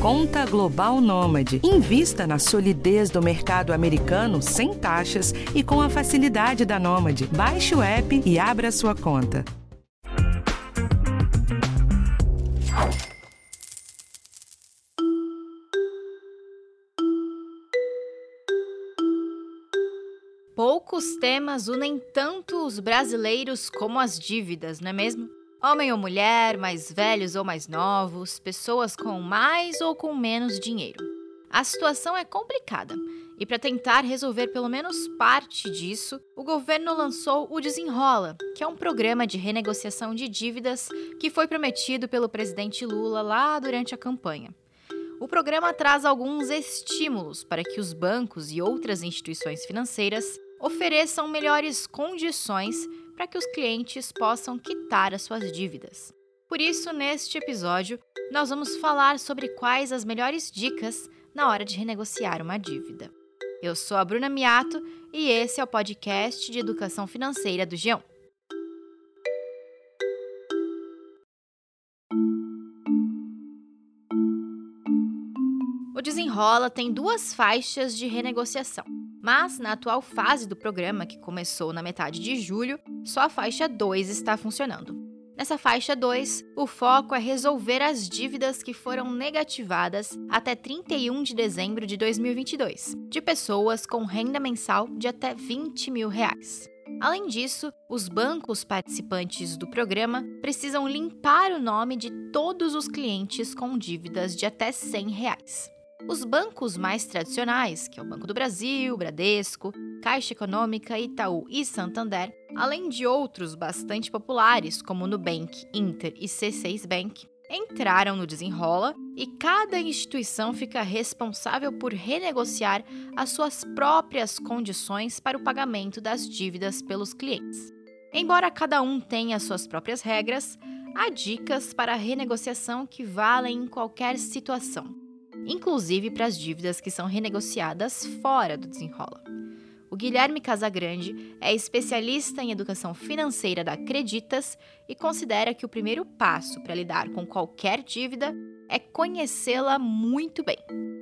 Conta Global Nômade. Invista na solidez do mercado americano sem taxas e com a facilidade da Nômade. Baixe o app e abra sua conta. Poucos temas unem tanto os brasileiros como as dívidas, não é mesmo? Homem ou mulher, mais velhos ou mais novos, pessoas com mais ou com menos dinheiro. A situação é complicada e para tentar resolver pelo menos parte disso, o governo lançou o Desenrola, que é um programa de renegociação de dívidas que foi prometido pelo presidente Lula lá durante a campanha. O programa traz alguns estímulos para que os bancos e outras instituições financeiras ofereçam melhores condições para que os clientes possam quitar as suas dívidas. Por isso, neste episódio, nós vamos falar sobre quais as melhores dicas na hora de renegociar uma dívida. Eu sou a Bruna Miato e esse é o podcast de educação financeira do G1. O Desenrola tem 2 faixas de renegociação, mas na atual fase do programa, que começou na metade de julho, só a faixa 2 está funcionando. Nessa faixa 2, o foco é resolver as dívidas que foram negativadas até 31 de dezembro de 2022, de pessoas com renda mensal de até R$20 mil. Além disso, os bancos participantes do programa precisam limpar o nome de todos os clientes com dívidas de até R$100. Os bancos mais tradicionais, que é o Banco do Brasil, Bradesco, Caixa Econômica, Itaú e Santander, além de outros bastante populares como Nubank, Inter e C6 Bank, entraram no Desenrola e cada instituição fica responsável por renegociar as suas próprias condições para o pagamento das dívidas pelos clientes. Embora cada um tenha suas próprias regras, há dicas para a renegociação que valem em qualquer situação, inclusive para as dívidas que são renegociadas fora do Desenrola. O Guilherme Casagrande é especialista em educação financeira da Creditas e considera que o primeiro passo para lidar com qualquer dívida é conhecê-la muito bem.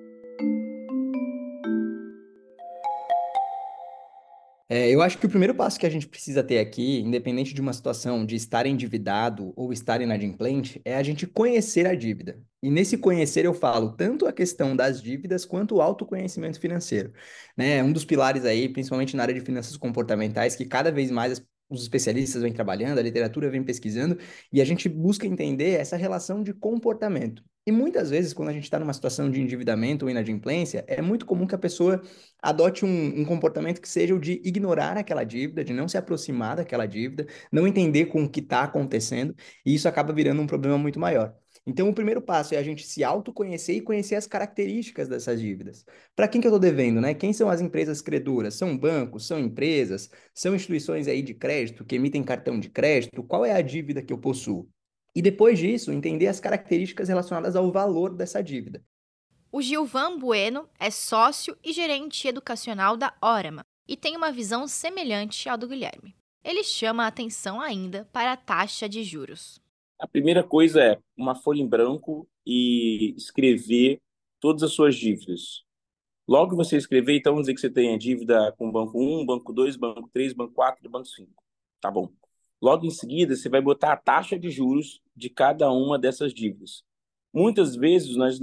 Eu acho que o primeiro passo que a gente precisa ter aqui, independente de uma situação de estar endividado ou estar inadimplente, é a gente conhecer a dívida. E nesse conhecer eu falo tanto a questão das dívidas quanto o autoconhecimento financeiro, né? Um dos pilares aí, principalmente na área de finanças comportamentais, que cada vez mais os especialistas vêm trabalhando, a literatura vem pesquisando, e a gente busca entender essa relação de comportamento. E muitas vezes, quando a gente está numa situação de endividamento ou inadimplência, é muito comum que a pessoa adote um comportamento que seja o de ignorar aquela dívida, de não se aproximar daquela dívida, não entender com o que está acontecendo, e isso acaba virando um problema muito maior. Então, o primeiro passo é a gente se autoconhecer e conhecer as características dessas dívidas. Para quem que eu estou devendo, né? Quem são as empresas credoras? São bancos? São empresas? São instituições aí de crédito que emitem cartão de crédito? Qual é a dívida que eu possuo? E depois disso, entender as características relacionadas ao valor dessa dívida. O Gilvan Bueno é sócio e gerente educacional da Orama e tem uma visão semelhante à do Guilherme. Ele chama a atenção ainda para a taxa de juros. A primeira coisa é uma folha em branco e escrever todas as suas dívidas. Logo que você escrever, então vamos dizer que você tem a dívida com o banco 1, banco 2, banco 3, banco 4 e banco 5. Tá bom. Logo em seguida, você vai botar a taxa de juros de cada uma dessas dívidas. Muitas vezes nós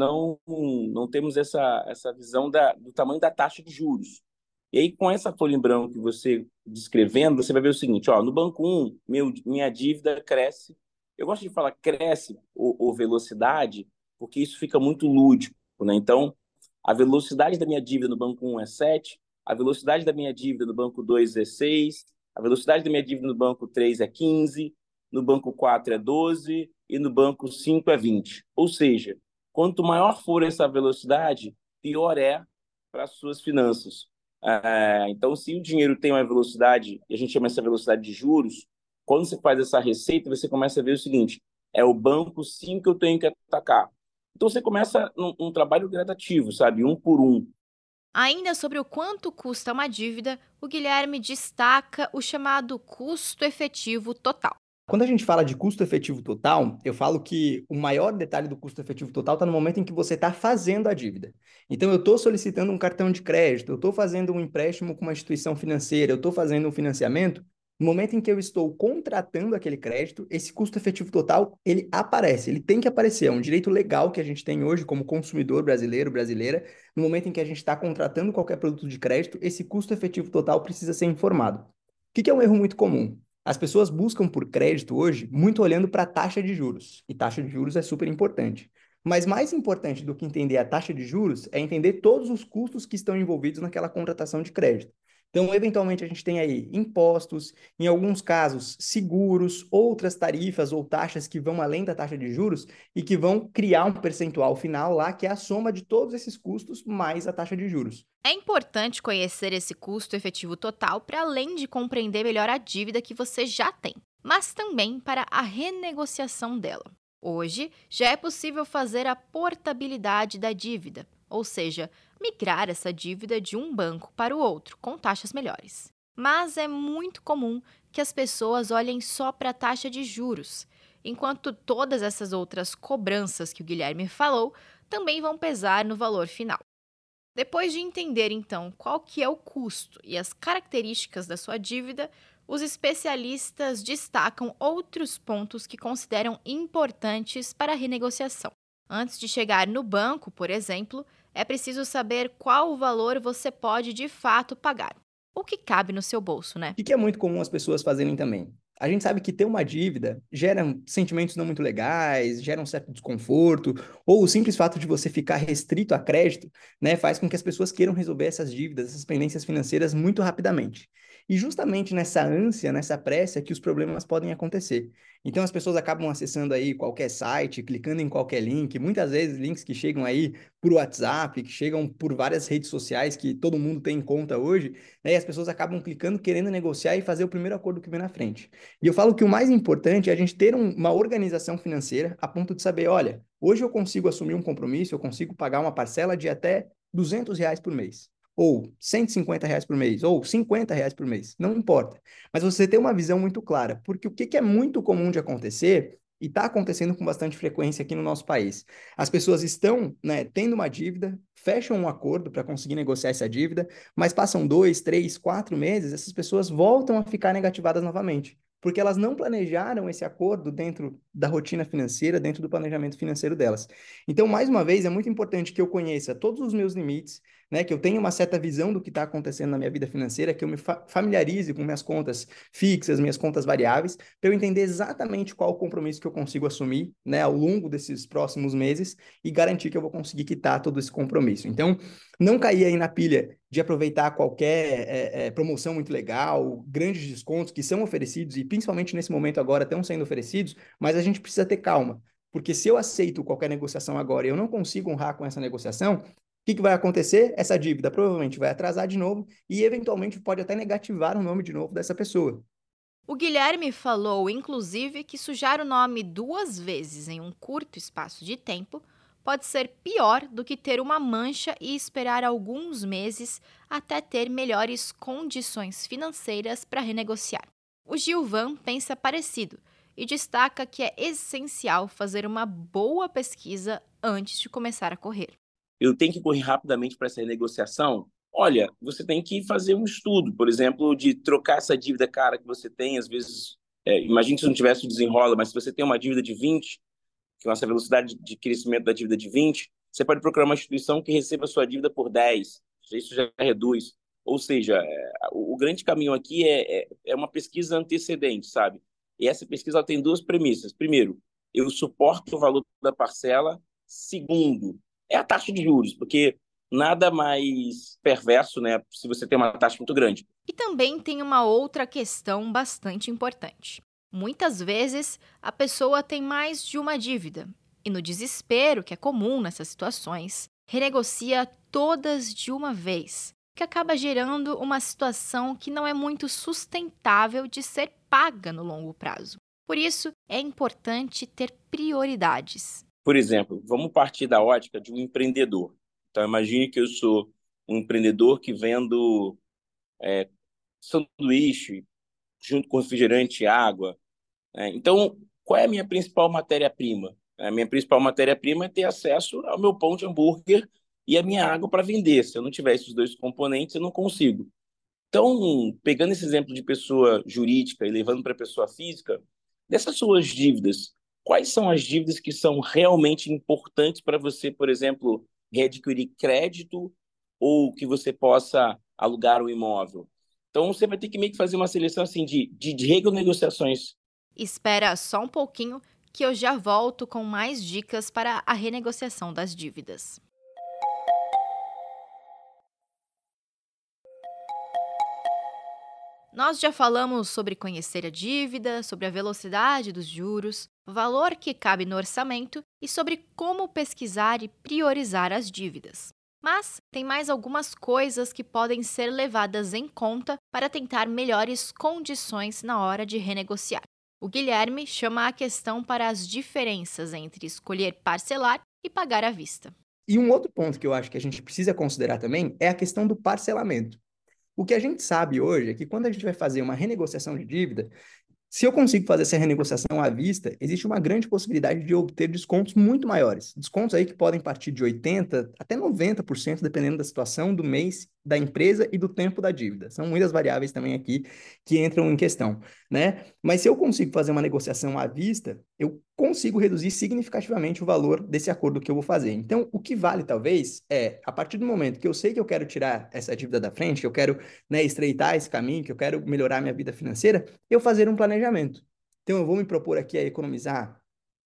não temos essa visão do tamanho da taxa de juros. E aí, com essa folha em branco que você descrevendo, você vai ver o seguinte, ó, no banco 1, minha dívida cresce. Eu gosto de falar cresce ou velocidade, porque isso fica muito lúdico, né? Então, a velocidade da minha dívida no banco 1 é 7, a velocidade da minha dívida no banco 2 é 6, a velocidade da minha dívida no banco 3 é 15, no banco 4 é 12 e no banco 5 é 20. Ou seja, quanto maior for essa velocidade, pior é para as suas finanças. Então, se o dinheiro tem uma velocidade, e a gente chama essa velocidade de juros, quando você faz essa receita, você começa a ver o seguinte, é o banco 5 que eu tenho que atacar. Então, você começa um trabalho gradativo, sabe? Um por um. Ainda sobre o quanto custa uma dívida, o Guilherme destaca o chamado custo efetivo total. Quando a gente fala de custo efetivo total, eu falo que o maior detalhe do custo efetivo total está no momento em que você está fazendo a dívida. Então, eu estou solicitando um cartão de crédito, eu estou fazendo um empréstimo com uma instituição financeira, eu estou fazendo um financiamento. No momento em que eu estou contratando aquele crédito, esse custo efetivo total, ele aparece, ele tem que aparecer. É um direito legal que a gente tem hoje como consumidor brasileiro, brasileira. No momento em que a gente está contratando qualquer produto de crédito, esse custo efetivo total precisa ser informado. O que é um erro muito comum? As pessoas buscam por crédito hoje muito olhando para a taxa de juros, e taxa de juros é super importante. Mas mais importante do que entender a taxa de juros é entender todos os custos que estão envolvidos naquela contratação de crédito. Então, eventualmente, a gente tem aí impostos, em alguns casos, seguros, outras tarifas ou taxas que vão além da taxa de juros e que vão criar um percentual final lá, que é a soma de todos esses custos mais a taxa de juros. É importante conhecer esse custo efetivo total para além de compreender melhor a dívida que você já tem, mas também para a renegociação dela. Hoje, já é possível fazer a portabilidade da dívida, ou seja, migrar essa dívida de um banco para o outro com taxas melhores. Mas é muito comum que as pessoas olhem só para a taxa de juros, enquanto todas essas outras cobranças que o Guilherme falou também vão pesar no valor final. Depois de entender, então, qual que é o custo e as características da sua dívida, os especialistas destacam outros pontos que consideram importantes para a renegociação. Antes de chegar no banco, por exemplo, é preciso saber qual o valor você pode de fato pagar. O que cabe no seu bolso, né? O que é muito comum as pessoas fazerem também? A gente sabe que ter uma dívida gera sentimentos não muito legais, gera um certo desconforto, ou o simples fato de você ficar restrito a crédito, né, faz com que as pessoas queiram resolver essas dívidas, essas pendências financeiras muito rapidamente. E justamente nessa ânsia, nessa pressa, que os problemas podem acontecer. Então as pessoas acabam acessando aí qualquer site, clicando em qualquer link, muitas vezes links que chegam aí por WhatsApp, que chegam por várias redes sociais que todo mundo tem em conta hoje, né, e as pessoas acabam clicando, querendo negociar e fazer o primeiro acordo que vem na frente. E eu falo que o mais importante é a gente ter uma organização financeira a ponto de saber, olha, hoje eu consigo assumir um compromisso, eu consigo pagar uma parcela de até R$ 200 por mês, ou R$ 150 por mês, ou R$ 50 por mês, não importa. Mas você ter uma visão muito clara, porque o que é muito comum de acontecer, e está acontecendo com bastante frequência aqui no nosso país, as pessoas estão, né, tendo uma dívida, fecham um acordo para conseguir negociar essa dívida, mas passam 2, 3, 4 meses, essas pessoas voltam a ficar negativadas novamente, porque elas não planejaram esse acordo dentro da rotina financeira, dentro do planejamento financeiro delas. Então, mais uma vez, é muito importante que eu conheça todos os meus limites, né, que eu tenha uma certa visão do que está acontecendo na minha vida financeira, que eu me familiarize com minhas contas fixas, minhas contas variáveis, para eu entender exatamente qual o compromisso que eu consigo assumir, né, ao longo desses próximos meses e garantir que eu vou conseguir quitar todo esse compromisso. Então, não cair aí na pilha de aproveitar qualquer promoção muito legal, grandes descontos que são oferecidos e principalmente nesse momento agora estão sendo oferecidos, mas a gente precisa ter calma, porque se eu aceito qualquer negociação agora e eu não consigo honrar com essa negociação, o que vai acontecer? Essa dívida provavelmente vai atrasar de novo e eventualmente pode até negativar o nome de novo dessa pessoa. O Guilherme falou, inclusive, que sujar o nome 2 vezes em um curto espaço de tempo pode ser pior do que ter uma mancha e esperar alguns meses até ter melhores condições financeiras para renegociar. O Gilvan pensa parecido e destaca que é essencial fazer uma boa pesquisa antes de começar a correr. Eu tenho que correr rapidamente para essa renegociação? Olha, você tem que fazer um estudo, por exemplo, de trocar essa dívida cara que você tem, às vezes, imagine se não tivesse o desenrola, mas se você tem uma dívida de 20, que é essa velocidade de crescimento da dívida de 20, você pode procurar uma instituição que receba a sua dívida por 10, isso já reduz. Ou seja, o grande caminho aqui é uma pesquisa antecedente, sabe? E essa pesquisa ela tem duas premissas. Primeiro, eu suporto o valor da parcela. Segundo, é a taxa de juros, porque nada mais perverso, né, se você tem uma taxa muito grande. E também tem uma outra questão bastante importante. Muitas vezes, a pessoa tem mais de uma dívida e, no desespero, que é comum nessas situações, renegocia todas de uma vez, que acaba gerando uma situação que não é muito sustentável de ser paga no longo prazo. Por isso, é importante ter prioridades. Por exemplo, vamos partir da ótica de um empreendedor. Então, imagine que eu sou um empreendedor que vendo sanduíche junto com refrigerante e água, Então, qual é a minha principal matéria-prima? A minha principal matéria-prima é ter acesso ao meu pão de hambúrguer e a minha água para vender. Se eu não tiver esses dois componentes, eu não consigo. Então, pegando esse exemplo de pessoa jurídica e levando para a pessoa física, dessas suas dívidas, quais são as dívidas que são realmente importantes para você, por exemplo, readquirir crédito ou que você possa alugar um imóvel? Então, você vai ter que meio que fazer uma seleção assim de renegociações. Espera só um pouquinho que eu já volto com mais dicas para a renegociação das dívidas. Nós já falamos sobre conhecer a dívida, sobre a velocidade dos juros, o valor que cabe no orçamento e sobre como pesquisar e priorizar as dívidas. Mas tem mais algumas coisas que podem ser levadas em conta para tentar melhores condições na hora de renegociar. O Guilherme chama a questão para as diferenças entre escolher parcelar e pagar à vista. E um outro ponto que eu acho que a gente precisa considerar também é a questão do parcelamento. O que a gente sabe hoje é que quando a gente vai fazer uma renegociação de dívida, se eu consigo fazer essa renegociação à vista, existe uma grande possibilidade de obter descontos muito maiores. Descontos aí que podem partir de 80% até 90%, dependendo da situação, do mês, da empresa e do tempo da dívida. São muitas variáveis também aqui que entram em questão, né? Mas se eu consigo fazer uma negociação à vista, eu consigo reduzir significativamente o valor desse acordo que eu vou fazer. Então, o que vale, talvez, é, a partir do momento que eu sei que eu quero tirar essa dívida da frente, que eu quero, né, estreitar esse caminho, que eu quero melhorar minha vida financeira, eu fazer um planejamento. Então, eu vou me propor aqui a economizar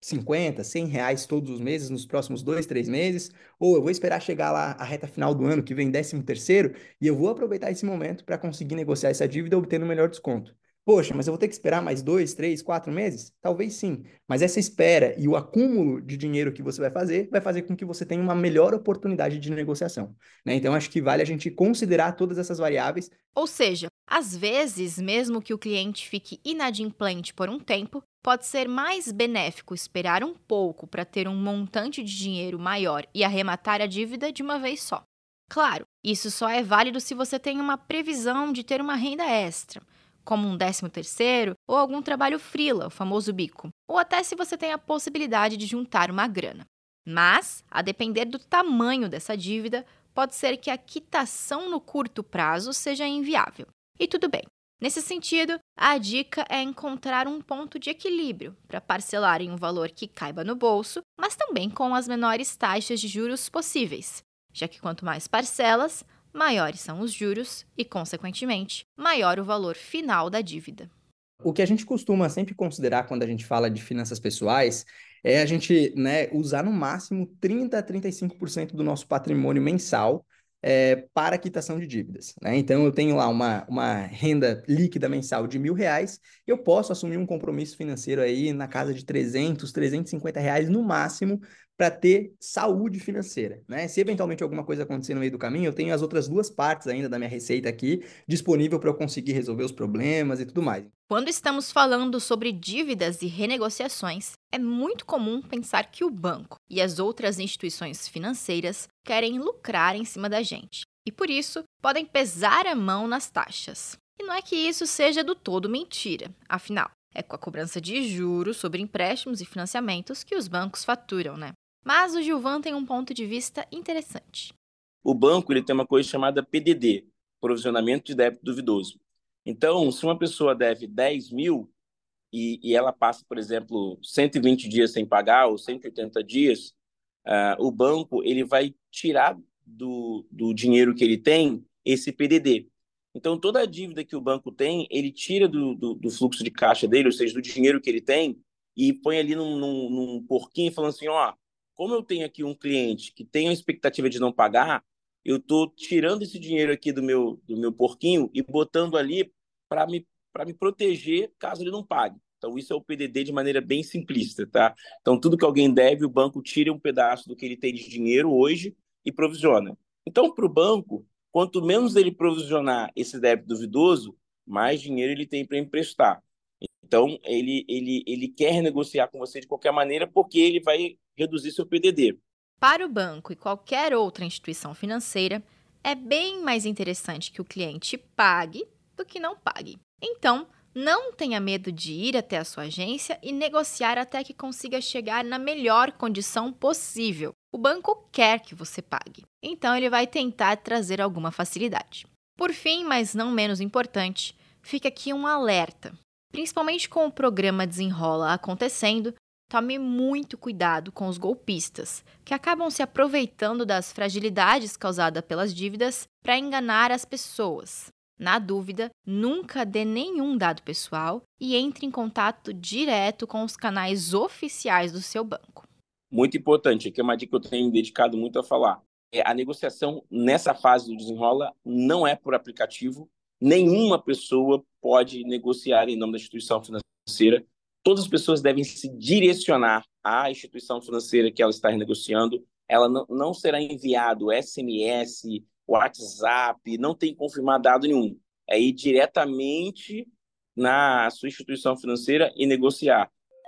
50, 100 reais todos os meses, nos próximos 2, 3 meses, ou eu vou esperar chegar lá a reta final do ano, que vem 13º, e eu vou aproveitar esse momento para conseguir negociar essa dívida obtendo o melhor desconto. Poxa, mas eu vou ter que esperar mais 2, 3, 4 meses? Talvez sim, mas essa espera e o acúmulo de dinheiro que você vai fazer com que você tenha uma melhor oportunidade de negociação, né? Então, acho que vale a gente considerar todas essas variáveis. Ou seja, às vezes, mesmo que o cliente fique inadimplente por um tempo, pode ser mais benéfico esperar um pouco para ter um montante de dinheiro maior e arrematar a dívida de uma vez só. Claro, isso só é válido se você tem uma previsão de ter uma renda extra, como um 13º ou algum trabalho freela, o famoso bico, ou até se você tem a possibilidade de juntar uma grana. Mas, a depender do tamanho dessa dívida, pode ser que a quitação no curto prazo seja inviável. E tudo bem. Nesse sentido, a dica é encontrar um ponto de equilíbrio para parcelar em um valor que caiba no bolso, mas também com as menores taxas de juros possíveis, já que quanto mais parcelas, maiores são os juros e, consequentemente, maior o valor final da dívida. O que a gente costuma sempre considerar quando a gente fala de finanças pessoais é a gente, né, usar no máximo 30% a 35% do nosso patrimônio mensal para a quitação de dívidas, né? Então, eu tenho lá uma renda líquida mensal de R$ 1.000, eu posso assumir um compromisso financeiro aí na casa de 300, R$ 350 no máximo para ter saúde financeira, né? Se eventualmente alguma coisa acontecer no meio do caminho, eu tenho as outras duas partes ainda da minha receita aqui disponível para eu conseguir resolver os problemas e tudo mais. Quando estamos falando sobre dívidas e renegociações, é muito comum pensar que o banco e as outras instituições financeiras querem lucrar em cima da gente e, por isso, podem pesar a mão nas taxas. E não é que isso seja do todo mentira, afinal, é com a cobrança de juros sobre empréstimos e financiamentos que os bancos faturam, né? Mas o Gilvan tem um ponto de vista interessante. O banco ele tem uma coisa chamada PDD, Provisionamento de Débito Duvidoso. Então, se uma pessoa deve 10 mil e ela passa, por exemplo, 120 dias sem pagar ou 180 dias, o banco ele vai tirar do dinheiro que ele tem esse PDD. Então, toda a dívida que o banco tem, ele tira do fluxo de caixa dele, ou seja, do dinheiro que ele tem, e põe ali num porquinho falando assim, ó, como eu tenho aqui um cliente que tem a expectativa de não pagar, eu estou tirando esse dinheiro aqui do meu porquinho e botando ali para me proteger caso ele não pague. Então, isso é o PDD de maneira bem simplista, tá? Então, tudo que alguém deve, o banco tira um pedaço do que ele tem de dinheiro hoje e provisiona. Então, para o banco, quanto menos ele provisionar esse débito duvidoso, mais dinheiro ele tem para emprestar. Então, ele quer renegociar com você de qualquer maneira porque ele vai reduzir seu PDD. Para o banco e qualquer outra instituição financeira, é bem mais interessante que o cliente pague do que não pague. Então, Não tenha medo de ir até a sua agência e negociar até que consiga chegar na melhor condição possível. O banco quer que você pague, então ele vai tentar trazer alguma facilidade. Por fim, mas não menos importante, fica aqui um alerta. Principalmente com o programa Desenrola acontecendo, tome muito cuidado com os golpistas, que acabam se aproveitando das fragilidades causadas pelas dívidas para enganar as pessoas. Na dúvida, nunca dê nenhum dado pessoal e entre em contato direto com os canais oficiais do seu banco. Muito importante, aqui é uma dica que eu tenho me dedicado muito a falar. A negociação nessa fase do Desenrola não é por aplicativo. Nenhuma pessoa pode negociar em nome da instituição financeira. Todas as pessoas devem se direcionar à instituição financeira que ela está renegociando. Ela não será enviado SMS, WhatsApp, não tem que confirmar dado nenhum. É ir diretamente na sua instituição financeira e negociar.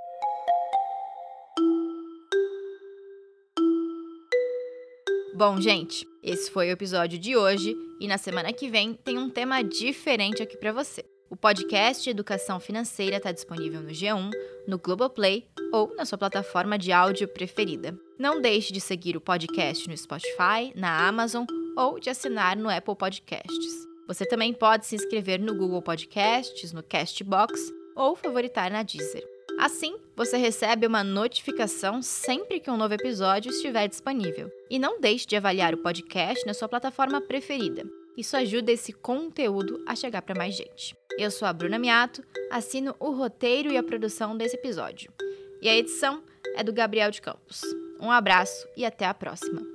Bom, gente, esse foi o episódio de hoje e na semana que vem tem um tema diferente aqui para você. O podcast Educação Financeira está disponível no G1, no Globoplay ou na sua plataforma de áudio preferida. Não deixe de seguir o podcast no Spotify, na Amazon ou de assinar no Apple Podcasts. Você também pode se inscrever no Google Podcasts, no Castbox ou favoritar na Deezer. Assim, você recebe uma notificação sempre que um novo episódio estiver disponível. E não deixe de avaliar o podcast na sua plataforma preferida. Isso ajuda esse conteúdo a chegar para mais gente. Eu sou a Bruna Miato, assino o roteiro e a produção desse episódio. E a edição é do Gabriel de Campos. Um abraço e até a próxima!